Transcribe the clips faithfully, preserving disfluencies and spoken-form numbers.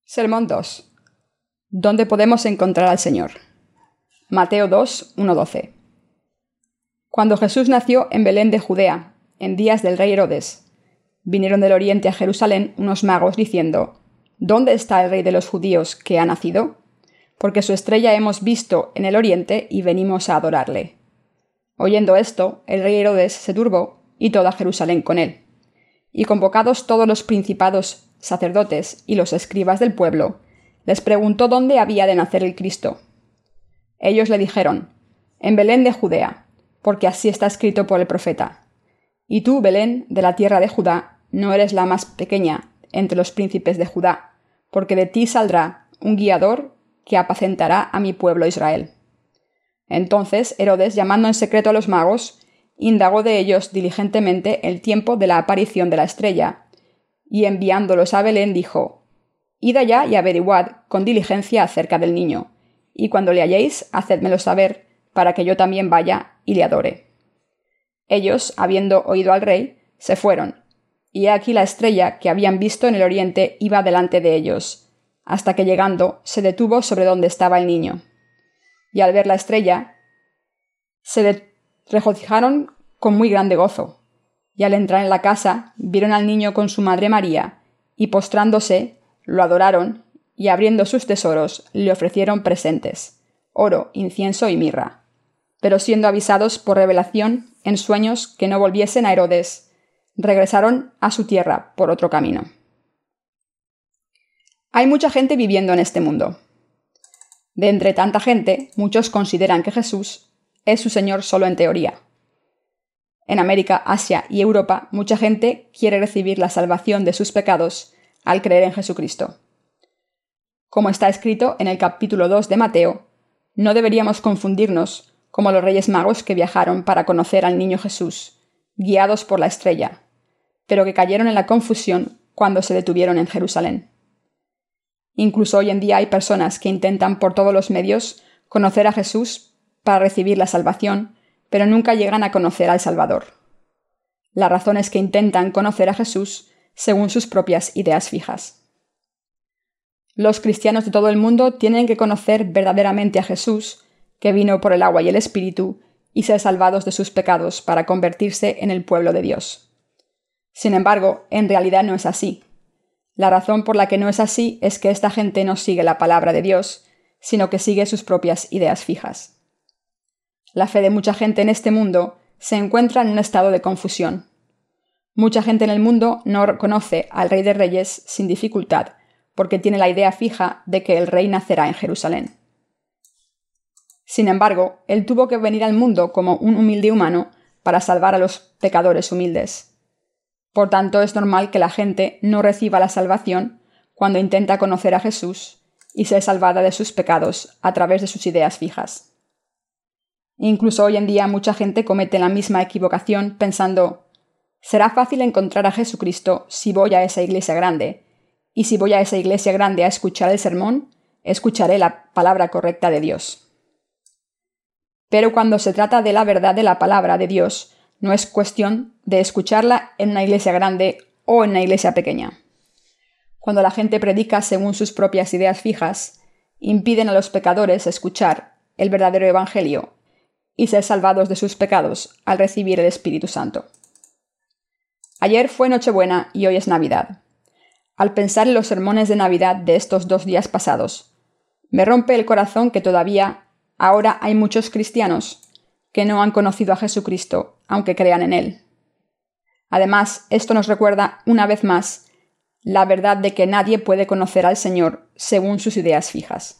Sermón dos. ¿Dónde podemos encontrar al Señor? Mateo dos, uno a doce. Cuando Jesús nació en Belén de Judea, en días del rey Herodes, vinieron del oriente a Jerusalén unos magos diciendo: ¿Dónde está el rey de los judíos que ha nacido? Porque su estrella hemos visto en el oriente y venimos a adorarle. Oyendo esto, el rey Herodes se turbó y toda Jerusalén con él. Y convocados todos los principados, sacerdotes y los escribas del pueblo, les preguntó dónde había de nacer el Cristo. Ellos le dijeron: en Belén de Judea, porque así está escrito por el profeta: Y tú, Belén, de la tierra de Judá, no eres la más pequeña entre los príncipes de Judá, porque de ti saldrá un guiador que apacentará a mi pueblo Israel. Entonces Herodes, llamando en secreto a los magos, indagó de ellos diligentemente el tiempo de la aparición de la estrella, y enviándolos a Belén dijo: Id allá y averiguad con diligencia acerca del niño, y cuando le halléis, hacedmelo saber, para que yo también vaya y le adore. Ellos, habiendo oído al rey, se fueron, y he aquí la estrella que habían visto en el oriente iba delante de ellos, hasta que llegando se detuvo sobre donde estaba el niño. Y al ver la estrella, se regocijaron con muy grande gozo. Y al entrar en la casa, vieron al niño con su madre María, y postrándose, lo adoraron, y abriendo sus tesoros, le ofrecieron presentes: oro, incienso y mirra. Pero siendo avisados por revelación en sueños que no volviesen a Herodes, regresaron a su tierra por otro camino. Hay mucha gente viviendo en este mundo. De entre tanta gente, muchos consideran que Jesús es su Señor solo en teoría. En América, Asia y Europa, mucha gente quiere recibir la salvación de sus pecados al creer en Jesucristo. Como está escrito en el capítulo dos de Mateo, no deberíamos confundirnos como los reyes magos que viajaron para conocer al niño Jesús, guiados por la estrella, pero que cayeron en la confusión cuando se detuvieron en Jerusalén. Incluso hoy en día hay personas que intentan por todos los medios conocer a Jesús para recibir la salvación, pero nunca llegan a conocer al Salvador. La razón es que intentan conocer a Jesús según sus propias ideas fijas. Los cristianos de todo el mundo tienen que conocer verdaderamente a Jesús, que vino por el agua y el Espíritu, y ser salvados de sus pecados para convertirse en el pueblo de Dios. Sin embargo, en realidad no es así. La razón por la que no es así es que esta gente no sigue la palabra de Dios, sino que sigue sus propias ideas fijas. La fe de mucha gente en este mundo se encuentra en un estado de confusión. Mucha gente en el mundo no conoce al Rey de Reyes sin dificultad, porque tiene la idea fija de que el Rey nacerá en Jerusalén. Sin embargo, Él tuvo que venir al mundo como un humilde humano para salvar a los pecadores humildes. Por tanto, es normal que la gente no reciba la salvación cuando intenta conocer a Jesús y ser salvada de sus pecados a través de sus ideas fijas. Incluso hoy en día mucha gente comete la misma equivocación pensando: será fácil encontrar a Jesucristo si voy a esa iglesia grande, y si voy a esa iglesia grande a escuchar el sermón, escucharé la palabra correcta de Dios. Pero cuando se trata de la verdad de la palabra de Dios, no es cuestión de escucharla en una iglesia grande o en una iglesia pequeña. Cuando la gente predica según sus propias ideas fijas, impiden a los pecadores escuchar el verdadero evangelio y ser salvados de sus pecados al recibir el Espíritu Santo. Ayer fue Nochebuena y hoy es Navidad. Al pensar en los sermones de Navidad de estos dos días pasados, me rompe el corazón que todavía ahora hay muchos cristianos que no han conocido a Jesucristo, aunque crean en Él. Además, esto nos recuerda una vez más la verdad de que nadie puede conocer al Señor según sus ideas fijas.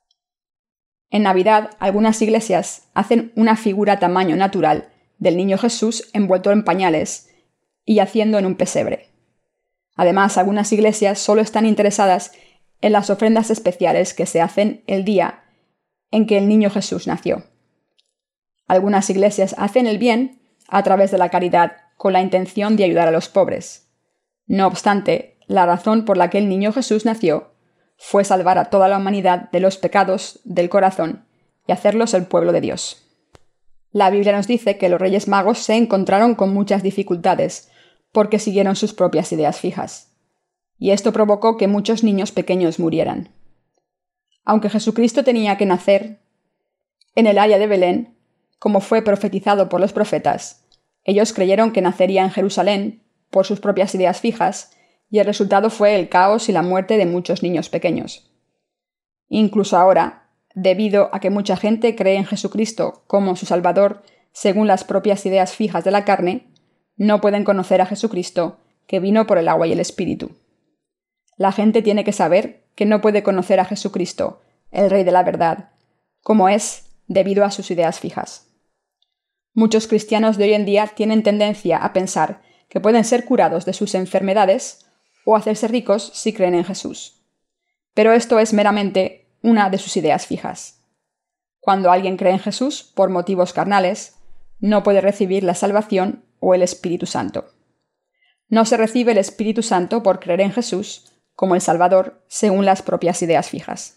En Navidad, algunas iglesias hacen una figura a tamaño natural del niño Jesús envuelto en pañales y yaciendo en un pesebre. Además, algunas iglesias solo están interesadas en las ofrendas especiales que se hacen el día en que el niño Jesús nació. Algunas iglesias hacen el bien a través de la caridad con la intención de ayudar a los pobres. No obstante, la razón por la que el niño Jesús nació fue salvar a toda la humanidad de los pecados del corazón y hacerlos el pueblo de Dios. La Biblia nos dice que los Reyes Magos se encontraron con muchas dificultades porque siguieron sus propias ideas fijas. y esto provocó que muchos niños pequeños murieran. Aunque Jesucristo tenía que nacer en el área de Belén, como fue profetizado por los profetas, ellos creyeron que nacería en Jerusalén por sus propias ideas fijas, y el resultado fue el caos y la muerte de muchos niños pequeños. Incluso ahora, debido a que mucha gente cree en Jesucristo como su Salvador según las propias ideas fijas de la carne, no pueden conocer a Jesucristo, que vino por el agua y el Espíritu. La gente tiene que saber que no puede conocer a Jesucristo, el Rey de la verdad, como es debido a sus ideas fijas. Muchos cristianos de hoy en día tienen tendencia a pensar que pueden ser curados de sus enfermedades o hacerse ricos si creen en Jesús. Pero esto es meramente una de sus ideas fijas. Cuando alguien cree en Jesús por motivos carnales, no puede recibir la salvación o el Espíritu Santo. No se recibe el Espíritu Santo por creer en Jesús como el Salvador según las propias ideas fijas.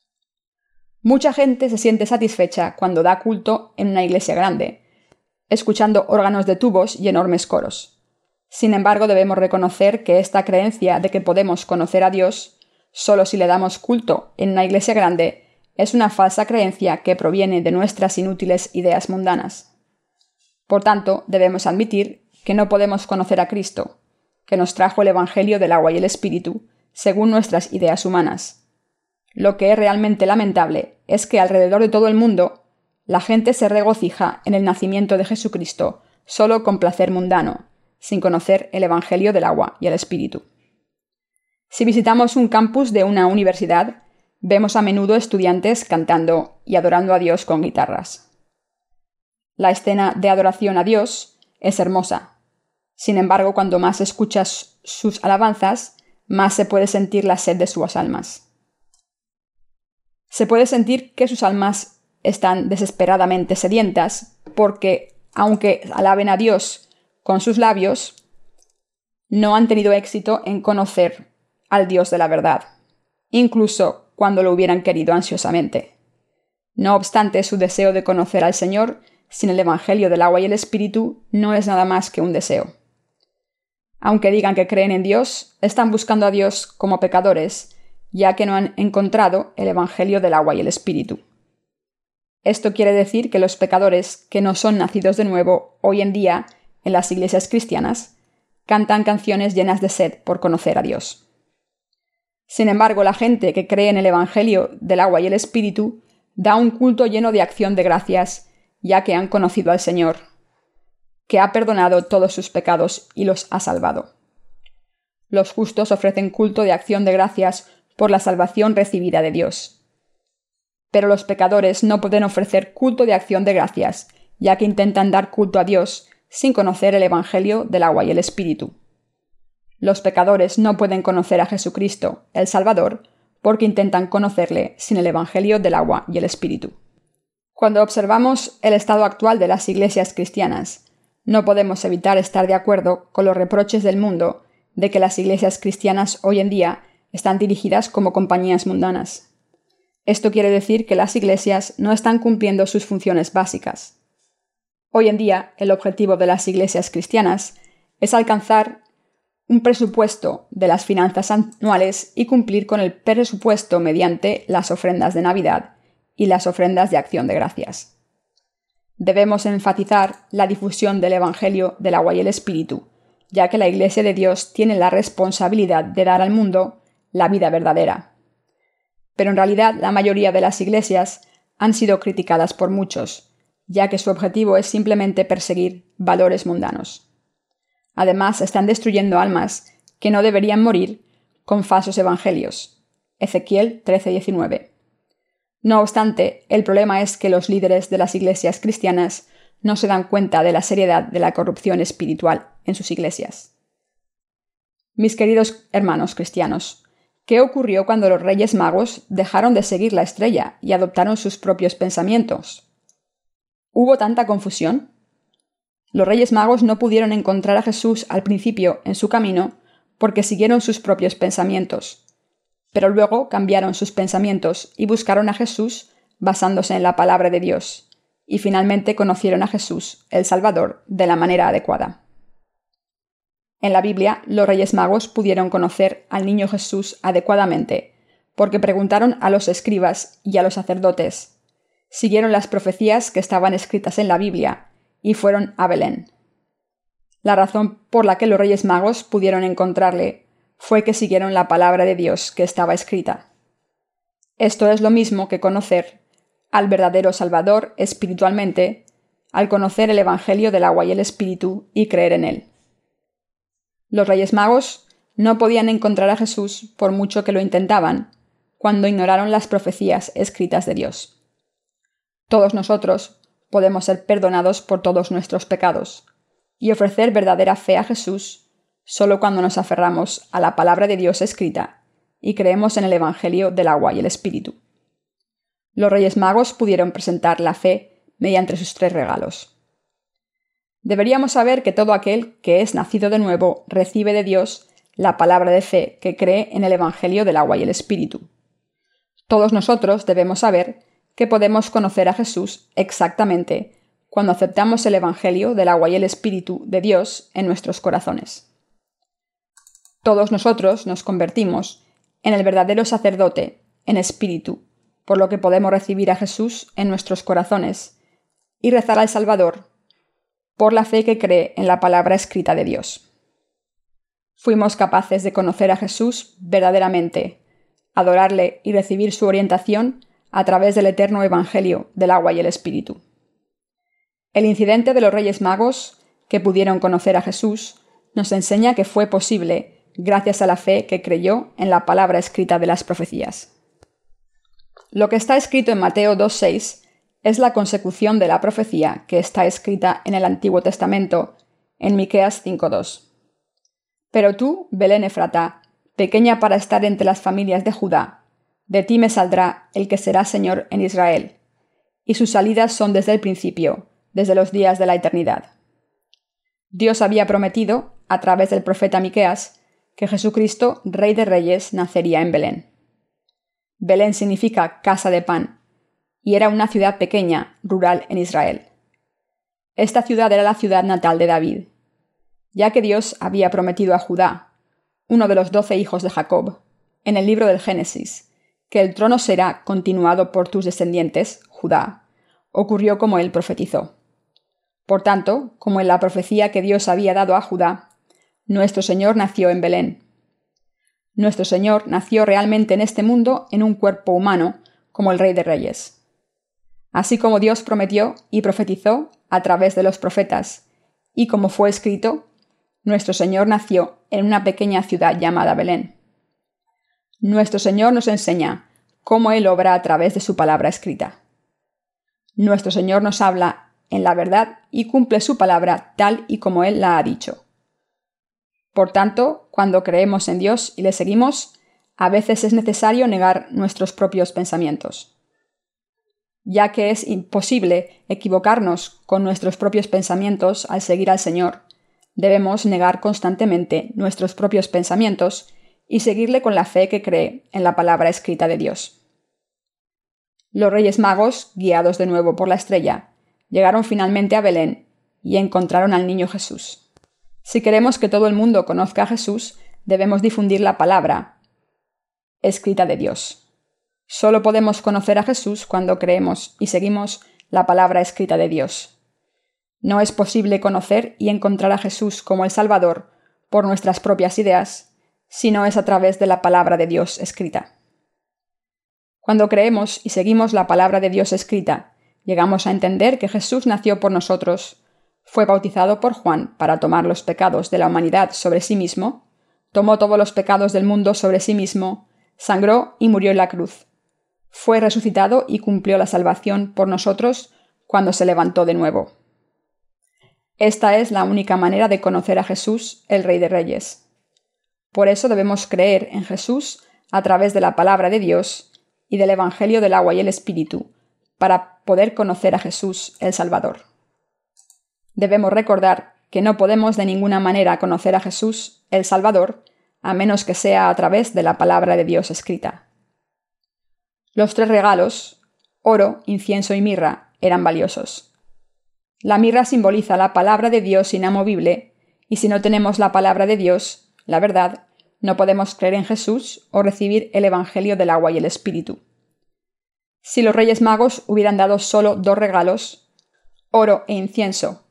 Mucha gente se siente satisfecha cuando da culto en una iglesia grande, escuchando órganos de tubos y enormes coros. Sin embargo, debemos reconocer que esta creencia de que podemos conocer a Dios solo si le damos culto en una iglesia grande es una falsa creencia que proviene de nuestras inútiles ideas mundanas. Por tanto, debemos admitir que no podemos conocer a Cristo, que nos trajo el Evangelio del agua y el Espíritu, según nuestras ideas humanas. Lo que es realmente lamentable es que alrededor de todo el mundo la gente se regocija en el nacimiento de Jesucristo solo con placer mundano, sin conocer el Evangelio del agua y el Espíritu. Si visitamos un campus de una universidad, vemos a menudo estudiantes cantando y adorando a Dios con guitarras. La escena de adoración a Dios es hermosa. Sin embargo, cuando más escuchas sus alabanzas, más se puede sentir la sed de sus almas. Se puede sentir que sus almas están desesperadamente sedientas porque, aunque alaben a Dios con sus labios, no han tenido éxito en conocer al Dios de la verdad, incluso cuando lo hubieran querido ansiosamente. No obstante, su deseo de conocer al Señor sin el Evangelio del agua y el Espíritu no es nada más que un deseo. Aunque digan que creen en Dios, están buscando a Dios como pecadores, ya que no han encontrado el Evangelio del agua y el Espíritu. Esto quiere decir que los pecadores que no son nacidos de nuevo hoy en día en las iglesias cristianas cantan canciones llenas de sed por conocer a Dios. Sin embargo, la gente que cree en el Evangelio del agua y el Espíritu da un culto lleno de acción de gracias, ya que han conocido al Señor, que ha perdonado todos sus pecados y los ha salvado. Los justos ofrecen culto de acción de gracias por la salvación recibida de Dios. Pero los pecadores no pueden ofrecer culto de acción de gracias, ya que intentan dar culto a Dios sin conocer el Evangelio del agua y el Espíritu. Los pecadores no pueden conocer a Jesucristo, el Salvador, porque intentan conocerle sin el Evangelio del agua y el Espíritu. Cuando observamos el estado actual de las iglesias cristianas, no podemos evitar estar de acuerdo con los reproches del mundo de que las iglesias cristianas hoy en día están dirigidas como compañías mundanas. Esto quiere decir que las iglesias no están cumpliendo sus funciones básicas. Hoy en día, el objetivo de las iglesias cristianas es alcanzar un presupuesto de las finanzas anuales y cumplir con el presupuesto mediante las ofrendas de Navidad y las ofrendas de acción de gracias. Debemos enfatizar la difusión del Evangelio del agua y el Espíritu, ya que la Iglesia de Dios tiene la responsabilidad de dar al mundo la vida verdadera. Pero en realidad la mayoría de las iglesias han sido criticadas por muchos, ya que su objetivo es simplemente perseguir valores mundanos. Además, están destruyendo almas que no deberían morir con falsos evangelios. Ezequiel trece diecinueve. No obstante, el problema es que los líderes de las iglesias cristianas no se dan cuenta de la seriedad de la corrupción espiritual en sus iglesias. Mis queridos hermanos cristianos, ¿qué ocurrió cuando los Reyes Magos dejaron de seguir la estrella y adoptaron sus propios pensamientos? ¿Hubo tanta confusión? Los Reyes Magos no pudieron encontrar a Jesús al principio en su camino porque siguieron sus propios pensamientos, pero luego cambiaron sus pensamientos y buscaron a Jesús basándose en la palabra de Dios, y finalmente conocieron a Jesús, el Salvador, de la manera adecuada. En la Biblia, los Reyes Magos pudieron conocer al niño Jesús adecuadamente, porque preguntaron a los escribas y a los sacerdotes, siguieron las profecías que estaban escritas en la Biblia y fueron a Belén. La razón por la que los Reyes Magos pudieron encontrarle fue que siguieron la palabra de Dios que estaba escrita. Esto es lo mismo que conocer al verdadero Salvador espiritualmente, al conocer el Evangelio del agua y el Espíritu y creer en él. Los Reyes Magos no podían encontrar a Jesús por mucho que lo intentaban, cuando ignoraron las profecías escritas de Dios. Todos nosotros podemos ser perdonados por todos nuestros pecados y ofrecer verdadera fe a Jesús solo cuando nos aferramos a la palabra de Dios escrita y creemos en el Evangelio del agua y el Espíritu. Los Reyes Magos pudieron presentar la fe mediante sus tres regalos. Deberíamos saber que todo aquel que es nacido de nuevo recibe de Dios la palabra de fe que cree en el Evangelio del agua y el Espíritu. Todos nosotros debemos saber que podemos conocer a Jesús exactamente cuando aceptamos el Evangelio del agua y el Espíritu de Dios en nuestros corazones. Todos nosotros nos convertimos en el verdadero sacerdote, en espíritu, por lo que podemos recibir a Jesús en nuestros corazones y rezar al Salvador por la fe que cree en la palabra escrita de Dios. Fuimos capaces de conocer a Jesús verdaderamente, adorarle y recibir su orientación a través del eterno Evangelio del agua y el Espíritu. El incidente de los Reyes Magos, que pudieron conocer a Jesús, nos enseña que fue posible gracias a la fe que creyó en la palabra escrita de las profecías. Lo que está escrito en Mateo dos seis es la consecución de la profecía que está escrita en el Antiguo Testamento, en Miqueas cinco dos. Pero tú, Belén Efratá, pequeña para estar entre las familias de Judá, de ti me saldrá el que será Señor en Israel, y sus salidas son desde el principio, desde los días de la eternidad. Dios había prometido, a través del profeta Miqueas, que Jesucristo, Rey de Reyes, nacería en Belén. Belén significa casa de pan, y era una ciudad pequeña, rural en Israel. Esta ciudad era la ciudad natal de David, ya que Dios había prometido a Judá, uno de los doce hijos de Jacob, en el libro del Génesis, que el trono será continuado por tus descendientes, Judá. Ocurrió como él profetizó. Por tanto, como en la profecía que Dios había dado a Judá, nuestro Señor nació en Belén. Nuestro Señor nació realmente en este mundo en un cuerpo humano, como el Rey de Reyes. Así como Dios prometió y profetizó a través de los profetas, y como fue escrito, nuestro Señor nació en una pequeña ciudad llamada Belén. Nuestro Señor nos enseña cómo Él obra a través de su palabra escrita. Nuestro Señor nos habla en la verdad y cumple su palabra tal y como Él la ha dicho. Por tanto, cuando creemos en Dios y le seguimos, a veces es necesario negar nuestros propios pensamientos. Ya que es imposible equivocarnos con nuestros propios pensamientos al seguir al Señor, debemos negar constantemente nuestros propios pensamientos y seguirle con la fe que cree en la palabra escrita de Dios. Los Reyes Magos, guiados de nuevo por la estrella, llegaron finalmente a Belén y encontraron al niño Jesús. Si queremos que todo el mundo conozca a Jesús, debemos difundir la palabra escrita de Dios. Solo podemos conocer a Jesús cuando creemos y seguimos la palabra escrita de Dios. No es posible conocer y encontrar a Jesús como el Salvador por nuestras propias ideas, si no es a través de la palabra de Dios escrita. Cuando creemos y seguimos la palabra de Dios escrita, llegamos a entender que Jesús nació por nosotros, fue bautizado por Juan para tomar los pecados de la humanidad sobre sí mismo, tomó todos los pecados del mundo sobre sí mismo, sangró y murió en la cruz. Fue resucitado y cumplió la salvación por nosotros cuando se levantó de nuevo. Esta es la única manera de conocer a Jesús, el Rey de Reyes. Por eso debemos creer en Jesús a través de la palabra de Dios y del Evangelio del agua y el Espíritu, para poder conocer a Jesús, el Salvador. Debemos recordar que no podemos de ninguna manera conocer a Jesús, el Salvador, a menos que sea a través de la palabra de Dios escrita. Los tres regalos, oro, incienso y mirra, eran valiosos. La mirra simboliza la palabra de Dios inamovible y si no tenemos la palabra de Dios, la verdad, no podemos creer en Jesús o recibir el Evangelio del agua y el Espíritu. Si los Reyes Magos hubieran dado solo dos regalos, oro e incienso,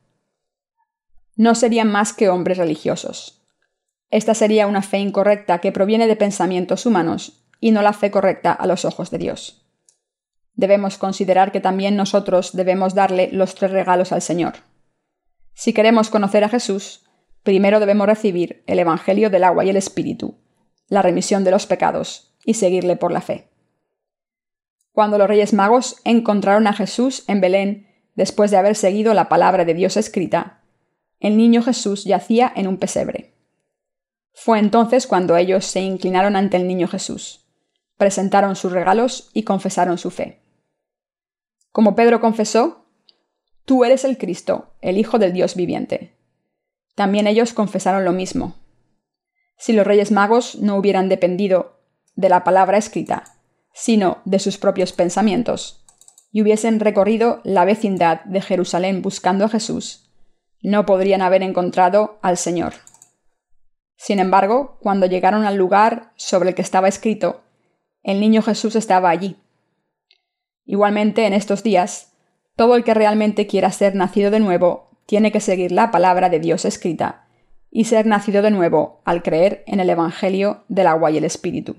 no serían más que hombres religiosos. Esta sería una fe incorrecta que proviene de pensamientos humanos y no la fe correcta a los ojos de Dios. Debemos considerar que también nosotros debemos darle los tres regalos al Señor. Si queremos conocer a Jesús, primero debemos recibir el Evangelio del agua y el Espíritu, la remisión de los pecados, y seguirle por la fe. Cuando los Reyes Magos encontraron a Jesús en Belén, después de haber seguido la palabra de Dios escrita, el niño Jesús yacía en un pesebre. Fue entonces cuando ellos se inclinaron ante el niño Jesús, presentaron sus regalos y confesaron su fe. Como Pedro confesó, «Tú eres el Cristo, el Hijo del Dios viviente». También ellos confesaron lo mismo. Si los Reyes Magos no hubieran dependido de la palabra escrita, sino de sus propios pensamientos, y hubiesen recorrido la vecindad de Jerusalén buscando a Jesús, no podrían haber encontrado al Señor. Sin embargo, cuando llegaron al lugar sobre el que estaba escrito, el niño Jesús estaba allí. Igualmente, en estos días, todo el que realmente quiera ser nacido de nuevo tiene que seguir la palabra de Dios escrita y ser nacido de nuevo al creer en el Evangelio del agua y el Espíritu.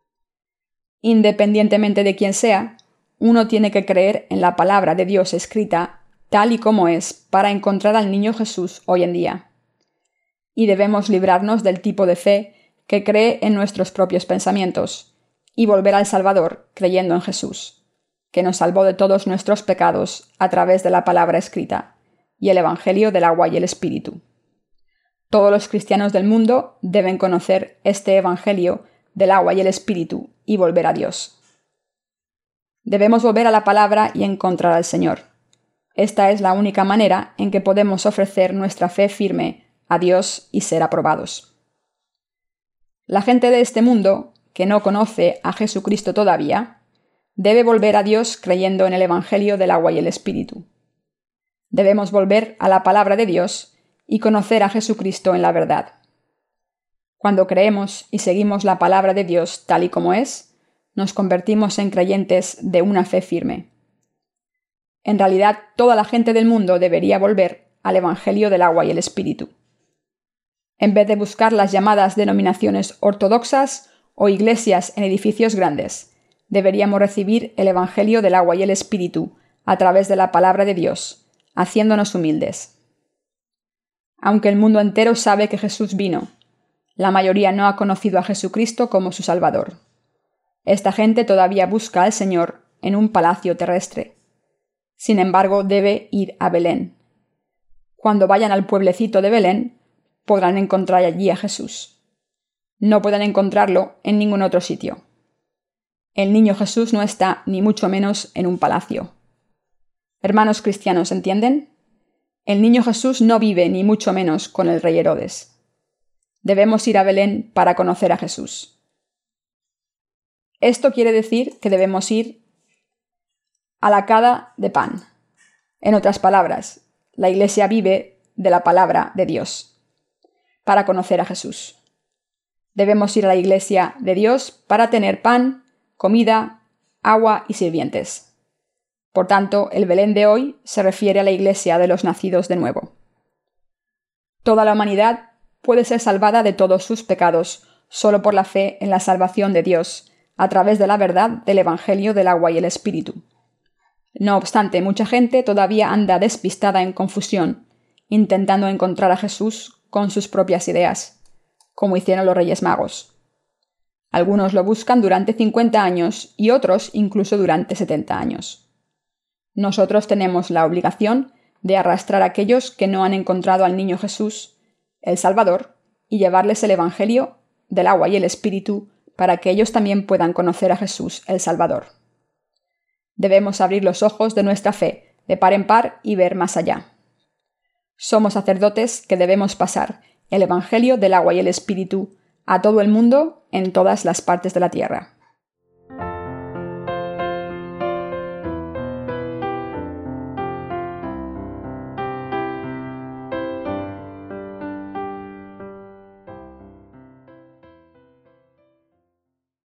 Independientemente de quién sea, uno tiene que creer en la palabra de Dios escrita tal y como es para encontrar al niño Jesús hoy en día. Y debemos librarnos del tipo de fe que cree en nuestros propios pensamientos y volver al Salvador creyendo en Jesús, que nos salvó de todos nuestros pecados a través de la palabra escrita y el Evangelio del agua y el Espíritu. Todos los cristianos del mundo deben conocer este Evangelio del agua y el Espíritu y volver a Dios. Debemos volver a la palabra y encontrar al Señor. Esta es la única manera en que podemos ofrecer nuestra fe firme a Dios y ser aprobados. La gente de este mundo, que no conoce a Jesucristo todavía, debe volver a Dios creyendo en el Evangelio del agua y el Espíritu. Debemos volver a la palabra de Dios y conocer a Jesucristo en la verdad. Cuando creemos y seguimos la palabra de Dios tal y como es, nos convertimos en creyentes de una fe firme. En realidad, toda la gente del mundo debería volver al Evangelio del agua y el Espíritu. En vez de buscar las llamadas denominaciones ortodoxas o iglesias en edificios grandes, deberíamos recibir el Evangelio del agua y el Espíritu a través de la palabra de Dios, haciéndonos humildes. Aunque el mundo entero sabe que Jesús vino, la mayoría no ha conocido a Jesucristo como su Salvador. Esta gente todavía busca al Señor en un palacio terrestre. Sin embargo, debe ir a Belén. Cuando vayan al pueblecito de Belén, podrán encontrar allí a Jesús. No pueden encontrarlo en ningún otro sitio. El niño Jesús no está ni mucho menos en un palacio. Hermanos cristianos, ¿entienden? El niño Jesús no vive ni mucho menos con el rey Herodes. Debemos ir a Belén para conocer a Jesús. Esto quiere decir que debemos ir a la cada de pan. En otras palabras, la Iglesia vive de la palabra de Dios para conocer a Jesús. Debemos ir a la Iglesia de Dios para tener pan, comida, agua y sirvientes. Por tanto, el Belén de hoy se refiere a la Iglesia de los nacidos de nuevo. Toda la humanidad puede ser salvada de todos sus pecados solo por la fe en la salvación de Dios, a través de la verdad del Evangelio del agua y el Espíritu. No obstante, mucha gente todavía anda despistada en confusión, intentando encontrar a Jesús con sus propias ideas, como hicieron los Reyes Magos. Algunos lo buscan durante cincuenta años y otros incluso durante setenta años. Nosotros tenemos la obligación de arrastrar a aquellos que no han encontrado al niño Jesús, el Salvador, y llevarles el Evangelio del agua y el Espíritu para que ellos también puedan conocer a Jesús, el Salvador. Debemos abrir los ojos de nuestra fe de par en par y ver más allá. Somos sacerdotes que debemos pasar el Evangelio del agua y el Espíritu a todo el mundo en todas las partes de la tierra.